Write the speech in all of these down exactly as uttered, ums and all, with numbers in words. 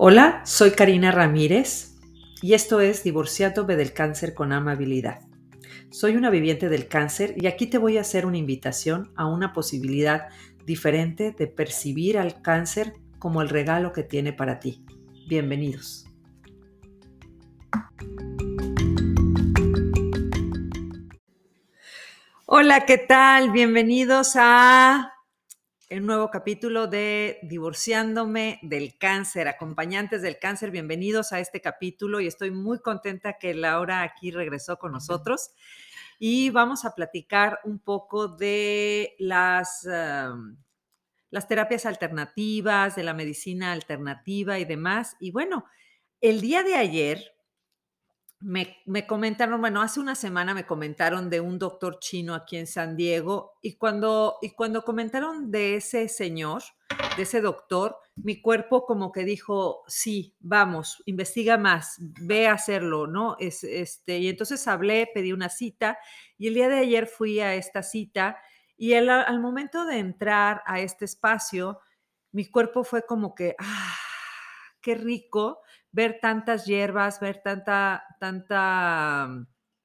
Hola, soy Karina Ramírez y esto es Divorciándome del cáncer con amabilidad. Soy una viviente del cáncer y aquí te voy a hacer una invitación a una posibilidad diferente de percibir al cáncer como el regalo que tiene para ti. Bienvenidos. Hola, ¿qué tal? Bienvenidos a un nuevo capítulo de Divorciándome del cáncer, acompañantes del cáncer, bienvenidos a este capítulo y estoy muy contenta que Laura aquí regresó con nosotros y vamos a platicar un poco de las, um, las terapias alternativas, de la medicina alternativa y demás. Y bueno, el día de ayer me, me comentaron, bueno, hace una semana me comentaron de un doctor chino aquí en San Diego y cuando, y cuando comentaron de ese señor, de ese doctor, mi cuerpo como que dijo, sí, vamos, investiga más, ve a hacerlo, ¿no? Es, este, y entonces hablé, pedí una cita y el día de ayer fui a esta cita y el- al momento de entrar a este espacio, mi cuerpo fue como que, ah, qué rico ver tantas hierbas, ver tanta, tanta, mm,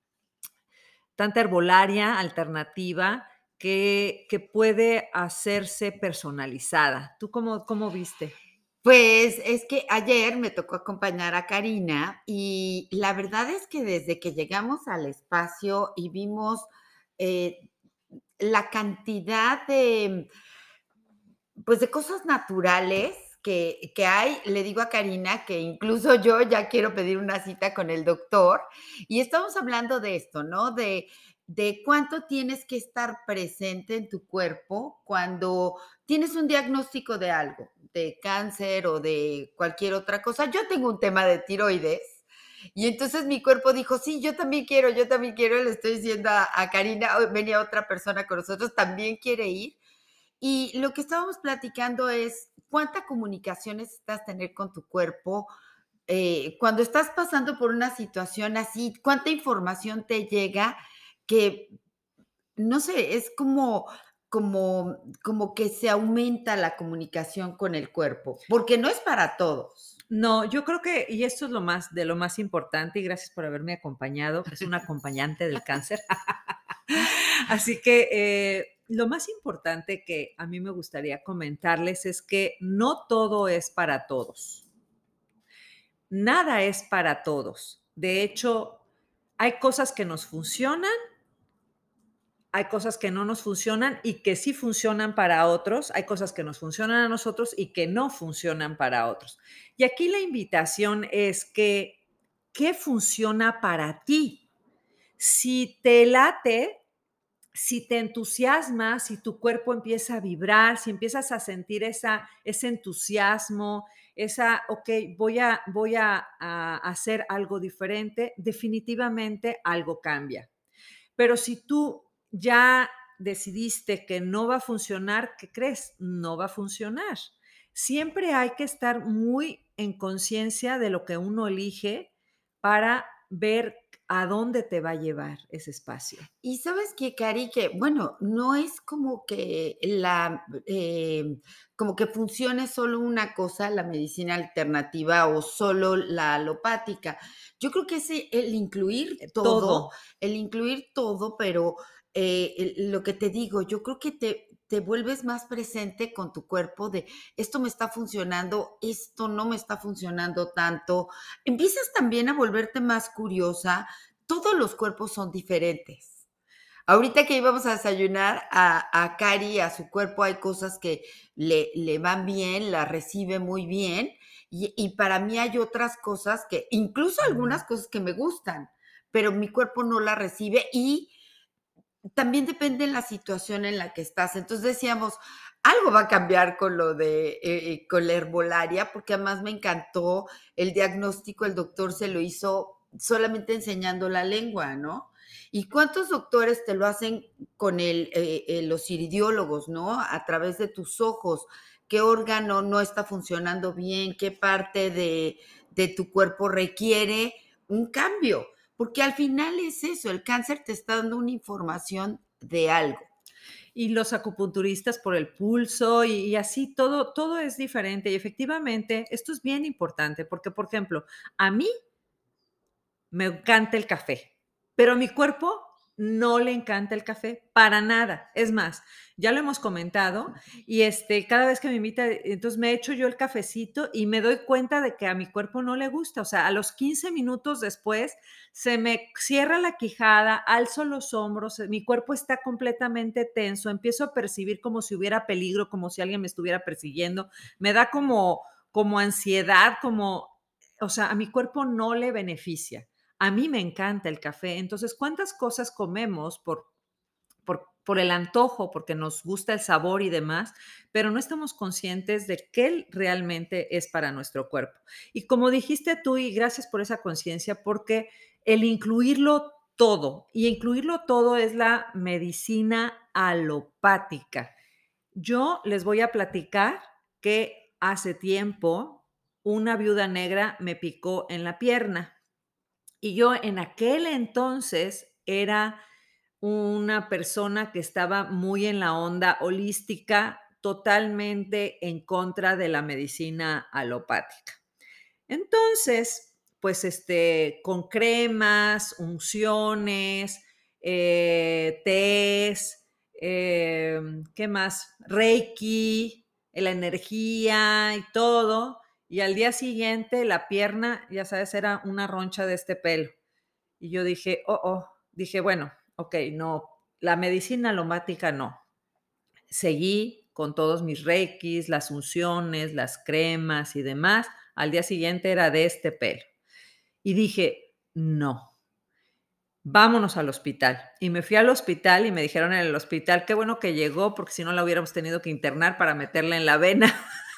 tanta herbolaria alternativa que, que puede hacerse personalizada. ¿Tú cómo, cómo viste? Pues, es que ayer me tocó acompañar a Karina, y la verdad es que desde que llegamos al espacio y vimos, eh, la cantidad de, pues, de cosas naturales que que hay, le digo a Karina que incluso yo ya quiero pedir una cita con el doctor, y estamos hablando de esto, ¿no? De de cuánto tienes que estar presente en tu cuerpo cuando tienes un diagnóstico de algo, de cáncer o de cualquier otra cosa. Yo tengo un tema de tiroides, y entonces mi cuerpo dijo: "Sí, yo también quiero, yo también quiero", le estoy diciendo a a Karina, hoy venía otra persona con nosotros, también quiere ir, y lo que estábamos platicando es cuánta comunicación necesitas tener con tu cuerpo, eh, cuando estás pasando por una situación así, cuánta información te llega que, no sé, es como como como que se aumenta la comunicación con el cuerpo, porque no es para todos. No, yo creo que, y esto es lo más, de lo más importante, y gracias por haberme acompañado, es una acompañante del cáncer. Así que eh, lo más importante que a mí me gustaría comentarles es que no todo es para todos. Nada es para todos. De hecho, hay cosas que nos funcionan, hay cosas que no nos funcionan y que sí funcionan para otros, hay cosas que nos funcionan a nosotros y que no funcionan para otros. Y aquí la invitación es que, ¿qué funciona para ti? Si te late, si te entusiasma, si tu cuerpo empieza a vibrar, si empiezas a sentir esa, ese entusiasmo, esa, ok, voy a, voy a, a hacer algo diferente, definitivamente algo cambia. Pero si tú ya decidiste que no va a funcionar, ¿qué crees? No va a funcionar. Siempre hay que estar muy en conciencia de lo que uno elige para ver a dónde te va a llevar ese espacio. Y sabes qué, Cari, que bueno, no es como que la, eh, como que funcione solo una cosa, la medicina alternativa o solo la alopática. Yo creo que es el incluir Eh, todo, Todo. el incluir todo, pero eh, el- lo que te digo, yo creo que te, te vuelves más presente con tu cuerpo de esto me está funcionando, esto no me está funcionando tanto. Empiezas también a volverte más curiosa. Todos los cuerpos son diferentes. Ahorita que íbamos a desayunar a, a Cari, a su cuerpo, hay cosas que le, le van bien, la recibe muy bien, y, y para mí hay otras cosas que, incluso algunas cosas que me gustan, pero mi cuerpo no la recibe, y también depende en la situación en la que estás. Entonces decíamos, algo va a cambiar con lo de, eh, eh, con la herbolaria, porque además me encantó el diagnóstico, el doctor se lo hizo solamente enseñando la lengua, ¿no? ¿Y cuántos doctores te lo hacen con el, eh, eh, los iridiólogos, ¿no? A través de tus ojos, qué órgano no está funcionando bien, qué parte de, de tu cuerpo requiere un cambio, porque al final es eso, el cáncer te está dando una información de algo. y los acupunturistas por el pulso y, y así todo, todo es diferente. Y efectivamente, esto es bien importante porque, por ejemplo, a mí me encanta el café, pero a mi cuerpo no le encanta el café para nada. Es más, ya lo hemos comentado y este, cada vez que me invita, entonces me echo yo el cafecito y me doy cuenta de que a mi cuerpo no le gusta. O sea, a los quince minutos después se me cierra la quijada, alzo los hombros, mi cuerpo está completamente tenso, empiezo a percibir como si hubiera peligro, como si alguien me estuviera persiguiendo. Me da como, como ansiedad, como, o sea, a mi cuerpo no le beneficia. A mí me encanta el café, entonces, ¿cuántas cosas comemos por por por el antojo, porque nos gusta el sabor y demás, pero no estamos conscientes de qué realmente es para nuestro cuerpo? Y como dijiste tú, y gracias por esa conciencia, porque el incluirlo todo, y incluirlo todo es la medicina alopática. Yo les voy a platicar que hace tiempo una viuda negra me picó en la pierna. Y yo en aquel entonces era una persona que estaba muy en la onda holística, totalmente en contra de la medicina alopática. Entonces, pues, este, con cremas, unciones, eh, tés, em, ¿qué más? Reiki, eh, la energía y todo. Y al día siguiente la pierna, ya sabes, era una roncha de este pelo. Y yo dije: "Oh, oh", dije: "Bueno, okey, no, la medicina alomática no". Seguí con todos mis reikis, las unciones, las cremas y demás. Al día siguiente era de este pelo. Y dije: "No, vámonos al hospital". Y me fui al hospital y me dijeron en el hospital: "Qué bueno que llegó, porque si no la hubiéramos tenido que internar para meterla en la vena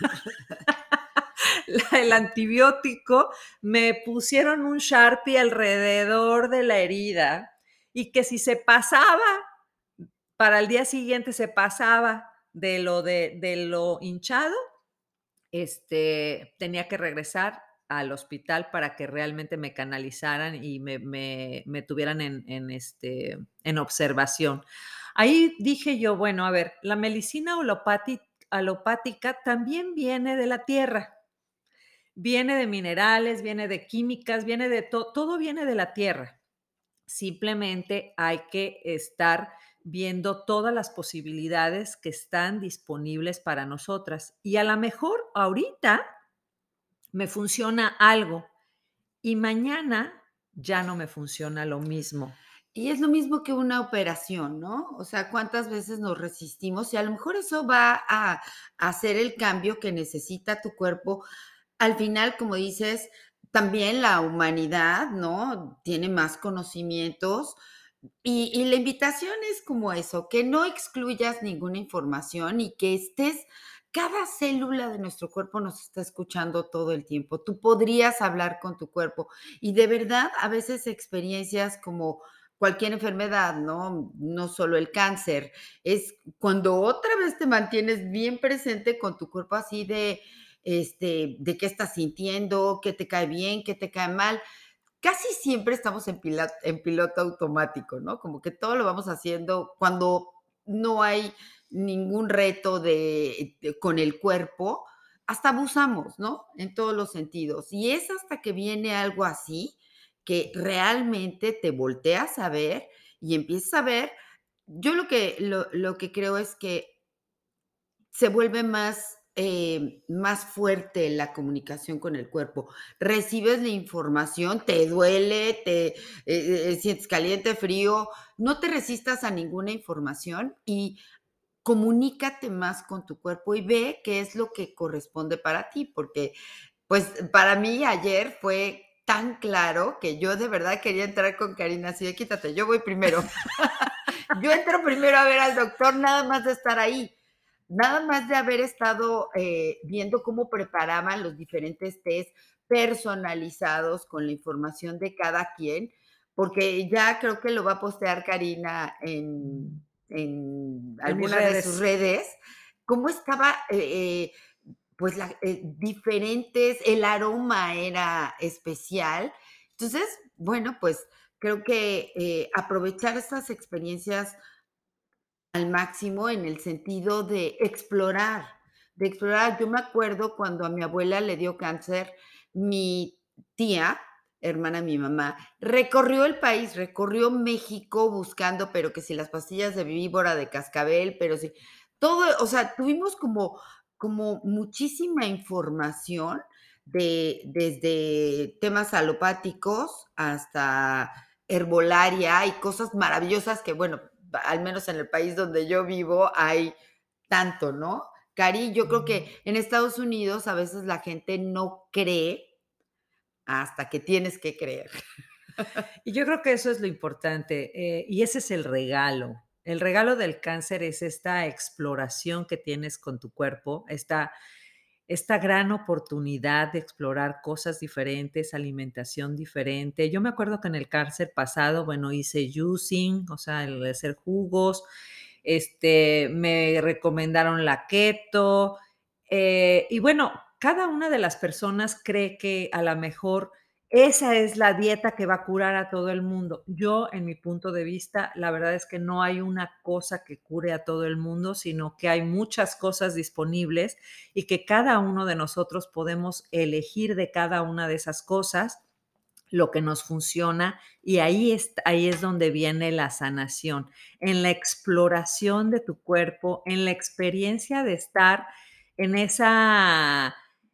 la el antibiótico". Me pusieron un Sharpie alrededor de la herida y que si se pasaba, para el día siguiente se pasaba de lo de de lo hinchado, este, tenía que regresar al hospital para que realmente me canalizaran y me me me tuvieran en en, este, en observación. Ahí dije yo: "Bueno, a ver, la medicina alopati alopática también viene de la tierra, viene de minerales, viene de químicas, viene de to todo viene de la tierra. Simplemente hay que estar viendo todas las posibilidades que están disponibles para nosotras. Y a lo mejor ahorita me funciona algo y mañana ya no me funciona lo mismo". Y es lo mismo que una operación, ¿no? O sea, ¿cuántas veces nos resistimos? Y a lo mejor eso va a hacer el cambio que necesita tu cuerpo. Al final, como dices, también la humanidad, ¿no? Tiene más conocimientos y, y la invitación es como eso, que no excluyas ninguna información y que estés, cada célula de nuestro cuerpo nos está escuchando todo el tiempo. Tú podrías hablar con tu cuerpo y de verdad a veces experiencias como cualquier enfermedad, ¿no? No solo el cáncer, es cuando otra vez te mantienes bien presente con tu cuerpo así de, este, de qué estás sintiendo, qué te cae bien, qué te cae mal. Casi siempre estamos en pila en piloto automático, ¿no? Como que todo lo vamos haciendo cuando no hay ningún reto de de con el cuerpo, hasta abusamos, ¿no? En todos los sentidos. Y es hasta que viene algo así, que realmente te volteas a ver y empiezas a ver yo lo que lo lo que creo es que se vuelve más, eh, más fuerte la comunicación con el cuerpo. Recibes la información, te duele, te eh, eh, sientes caliente, frío, no te resistas a ninguna información y comunícate más con tu cuerpo y ve qué es lo que corresponde para ti, porque, pues, para mí ayer fue tan claro que yo de verdad quería entrar con Karina así de: "Quítate, yo voy primero". Yo entro primero a ver al doctor nada más de estar ahí. Nada más de haber estado, eh, viendo cómo preparaban los diferentes tés personalizados con la información de cada quien, porque ya creo que lo va a postear Karina en en En mis alguna de sus redes. redes, cómo estaba, eh eh, pues, la eh, diferentes, el aroma era especial. Entonces, bueno, pues, creo que, eh, aprovechar estas experiencias al máximo en el sentido de explorar, de explorar. Yo me acuerdo cuando a mi abuela le dio cáncer, mi tía, hermana de mi mamá, recorrió el país, recorrió México buscando, pero que si las pastillas de víbora, de cascabel, pero si todo, o sea, tuvimos como como muchísima información de desde temas alopáticos hasta herbolaria y cosas maravillosas que, bueno, al menos en el país donde yo vivo hay tanto, ¿no? Cari, yo creo Mm. que en Estados Unidos a veces la gente no cree hasta que tienes que creer. Y yo creo que eso es lo importante, eh, y ese es el regalo. El regalo del cáncer es esta exploración que tienes con tu cuerpo, esta esta gran oportunidad de explorar cosas diferentes, alimentación diferente. Yo me acuerdo que en el cáncer pasado, bueno, hice juicing, o sea, el de hacer jugos, este, me recomendaron la keto, eh, y bueno, cada una de las personas cree que a la mejor esa es la dieta que va a curar a todo el mundo. Yo, en mi punto de vista, la verdad es que no hay una cosa que cure a todo el mundo, sino que hay muchas cosas disponibles y que cada uno de nosotros podemos elegir de cada una de esas cosas lo que nos funciona y ahí es, ahí es donde viene la sanación, en la exploración de tu cuerpo, en la experiencia de estar en esa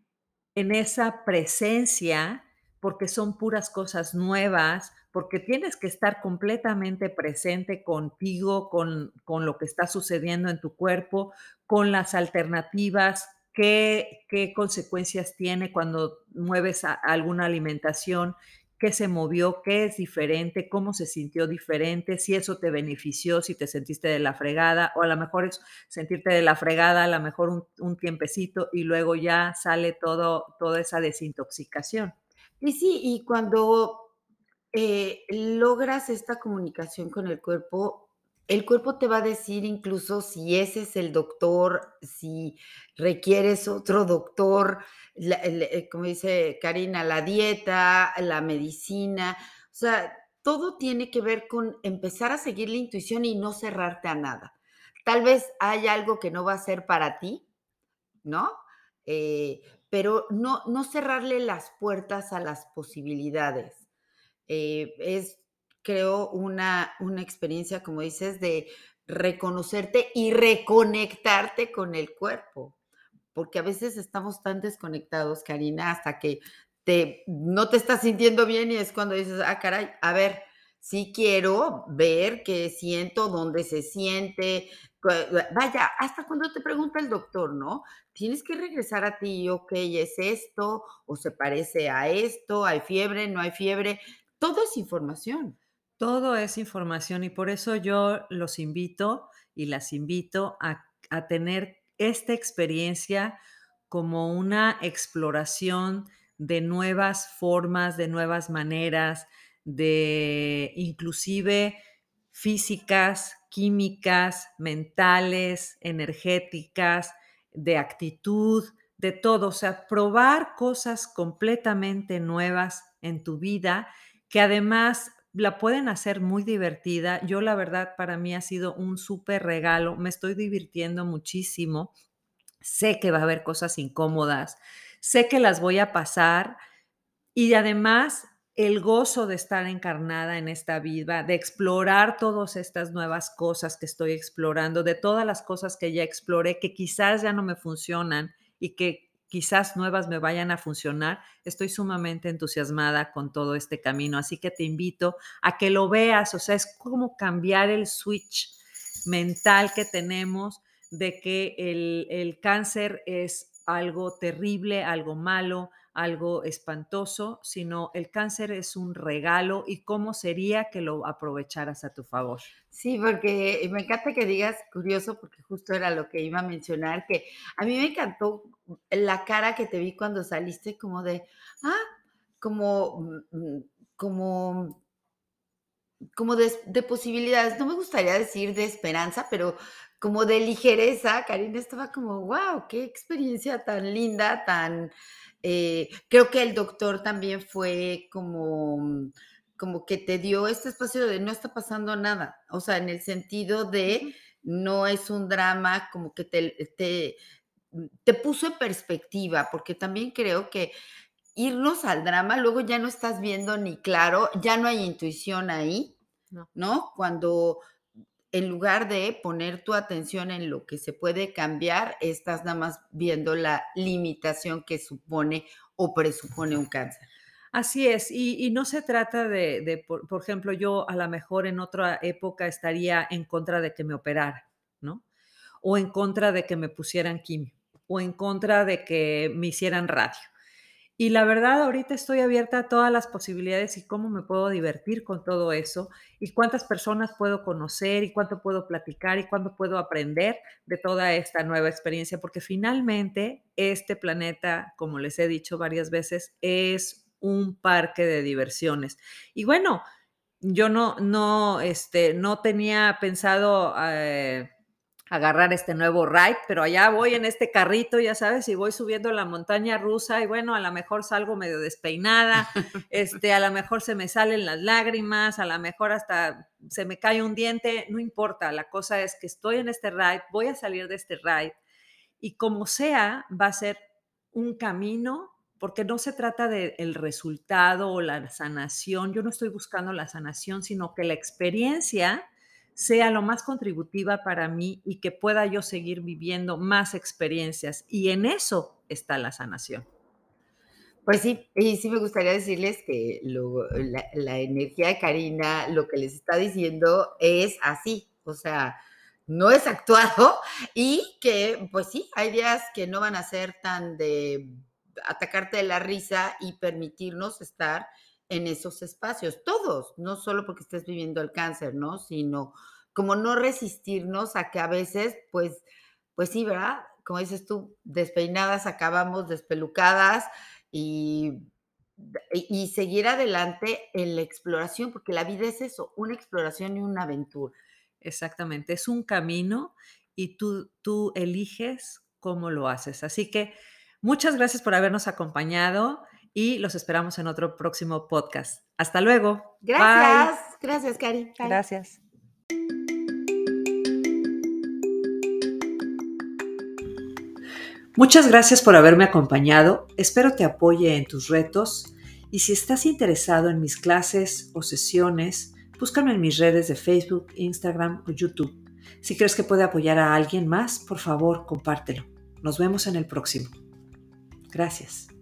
en esa presencia, porque son puras cosas nuevas, porque tienes que estar completamente presente contigo, con con lo que está sucediendo en tu cuerpo, con las alternativas, qué qué consecuencias tiene cuando mueves a alguna alimentación, qué se movió, qué es diferente, cómo se sintió diferente, si eso te benefició, si te sentiste de la fregada, o a lo mejor es sentirte de la fregada, a lo mejor un un tiempecito y luego ya sale todo toda esa desintoxicación. Y sí, y cuando eh, logras esta comunicación con el cuerpo, el cuerpo te va a decir incluso si ese es el doctor, si requieres otro doctor, la el eh, como dice Karina, la dieta, la medicina, o sea, todo tiene que ver con empezar a seguir la intuición y no cerrarte a nada. Tal vez hay algo que no va a ser para ti, ¿no? Eh, pero no no cerrarle las puertas a las posibilidades. Eh, es, creo, una una experiencia, como dices, de reconocerte y reconectarte con el cuerpo, porque a veces estamos tan desconectados, Karina, hasta que te no te estás sintiendo bien y es cuando dices: "Ah, caray, a ver, sí quiero ver qué siento, dónde se siente", cue vaya, hasta cuando te pregunta el doctor, ¿no? Tienes que regresar a ti, okey, ¿es esto o se parece a esto? ¿Hay fiebre, no hay fiebre? Todo es información. Todo es información y por eso yo los invito y las invito a a tener esta experiencia como una exploración de nuevas formas, de nuevas maneras, de inclusive físicas, químicas, mentales, energéticas, de actitud, de todo, o sea, probar cosas completamente nuevas en tu vida que además la pueden hacer muy divertida. Yo, la verdad, para mí ha sido un súper regalo. Me estoy divirtiendo muchísimo. Sé que va a haber cosas incómodas, sé que las voy a pasar y además el gozo de estar encarnada en esta vida, de explorar todas estas nuevas cosas que estoy explorando, de todas las cosas que ya exploré, que quizás ya no me funcionan y que quizás nuevas me vayan a funcionar. Estoy sumamente entusiasmada con todo este camino, así que te invito a que lo veas, o sea, es como cambiar el switch mental que tenemos de que el, el cáncer es algo terrible, algo malo, algo espantoso, sino el cáncer es un regalo y cómo sería que lo aprovecharas a tu favor. Sí, porque me encanta que digas curioso, porque justo era lo que iba a mencionar, que a mí me encantó la cara que te vi cuando saliste como de, ah, como, mm, mm, como como de de posibilidades. No me gustaría decir de esperanza, pero como de ligereza. Karina estaba como, guau, qué experiencia tan linda, tan, eh, creo que el doctor también fue como mm, como que te dio este espacio de no está pasando nada. O sea, en el sentido de Ujú. no es un drama, como que te, te, te puso en perspectiva, porque también creo que irnos al drama, luego ya no estás viendo ni claro, ya no hay intuición ahí, No. ¿no? Cuando en lugar de poner tu atención en lo que se puede cambiar, estás nada más viendo la limitación que supone o presupone un cáncer. Así es, y, y no se trata de, de por, por ejemplo, yo a lo mejor en otra época estaría en contra de que me operaran, ¿no? O en contra de que me pusieran quimio, o en contra de que me hicieran radio. Y la verdad, ahorita estoy abierta a todas las posibilidades y cómo me puedo divertir con todo eso, y cuántas personas puedo conocer, y cuánto puedo platicar, y cuánto puedo aprender de toda esta nueva experiencia, porque finalmente este planeta, como les he dicho varias veces, es un parque de diversiones. Y bueno, yo no, no, este, no tenía pensado eh, agarrar este nuevo ride, pero allá voy en este carrito, ya sabes, y voy subiendo la montaña rusa y bueno, a lo mejor salgo medio despeinada, este, a lo mejor se me salen las lágrimas, a lo mejor hasta se me cae un diente, no importa, la cosa es que estoy en este ride, voy a salir de este ride y como sea, va a ser un camino, porque no se trata del resultado o la sanación. Yo no estoy buscando la sanación, sino que la experiencia sea lo más contributiva para mí y que pueda yo seguir viviendo más experiencias. Y en eso está la sanación. Pues sí, y sí me gustaría decirles que lo la la energía de Karina, lo que les está diciendo es así, o sea, no es actuado y que, pues sí, hay días que no van a ser tan de atacarte de la risa y permitirnos estar en esos espacios, todos, no solo porque estés viviendo el cáncer, ¿no? Sino como no resistirnos a que a veces, pues pues sí, ¿verdad? Como dices tú, despeinadas acabamos, despelucadas, y, y seguir adelante en la exploración, porque la vida es eso, una exploración y una aventura. Exactamente, es un camino y tú, tú eliges cómo lo haces. Así que muchas gracias por habernos acompañado y los esperamos en otro próximo podcast. Hasta luego. Bye. Gracias, gracias, Cari. Bye. Gracias. Muchas gracias por haberme acompañado. Espero te apoye en tus retos y si estás interesado en mis clases o sesiones, búscame en mis redes de Facebook, Instagram o YouTube. Si crees que puede apoyar a alguien más, por favor, compártelo. Nos vemos en el próximo. Gracias.